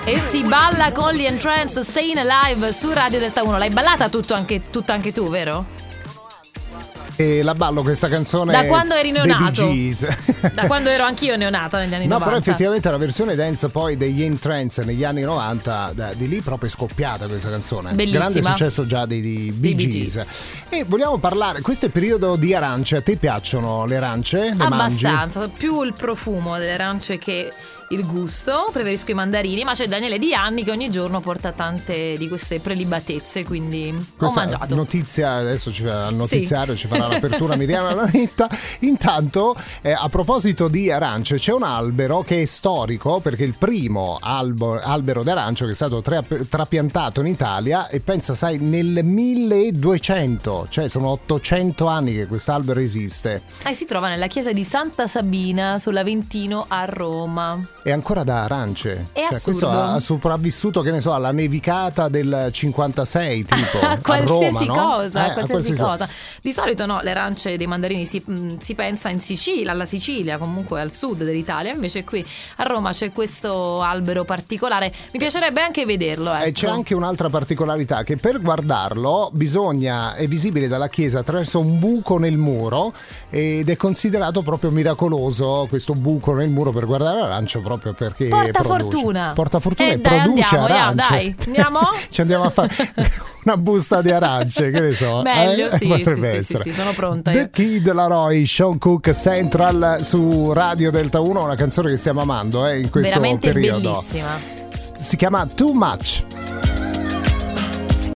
E si balla con gli Entrance, Staying Alive su Radio Delta 1. L'hai ballata tutta anche tu, vero? E la ballo questa canzone da quando eri neonato. Da quando ero anch'io neonata negli anni 90. No, però effettivamente la versione dance poi degli Entrance negli anni 90, di lì proprio è scoppiata questa canzone. Bellissima. Grande successo già dei Bee Gees. E vogliamo parlare, questo è il periodo di arance. A te piacciono le arance? Le abbastanza, mangi? Più il profumo delle arance che il gusto, preferisco i mandarini, ma c'è Daniele Di Anni che ogni giorno porta tante di queste prelibatezze, quindi questa ho mangiato. Notizia, adesso al notiziario ci farà l'apertura Miriam Lanetta. Intanto, a proposito di arance, c'è un albero che è storico perché è il primo albero d'arancio che è stato trapiantato in Italia, e pensa, sai, nel 1200, cioè sono 800 anni che quest'albero esiste. Si trova nella chiesa di Santa Sabina sull'Aventino a Roma. È ancora da arance. È assurdo. Questo ha sopravvissuto, che ne so, alla nevicata del 56, tipo qualsiasi a Roma, no? cosa, qualsiasi cosa. Di solito no, le arance dei mandarini si pensa in Sicilia, alla Sicilia, comunque al sud dell'Italia. Invece qui a Roma c'è questo albero particolare. Mi piacerebbe anche vederlo, ecco. E c'è anche un'altra particolarità, che per guardarlo è visibile dalla chiesa attraverso un buco nel muro, ed è considerato proprio miracoloso questo buco nel muro per guardare l'arancio, proprio perché porta fortuna e dai, produce andiamo, arance. dai, andiamo? Ci andiamo a fare una busta di arance, che ne so. Meglio, sì, sono pronta. The Kid Laroi, Sean Cook, Central su Radio Delta 1, una canzone che stiamo amando in questo veramente periodo. Bellissima. Si chiama Too Much.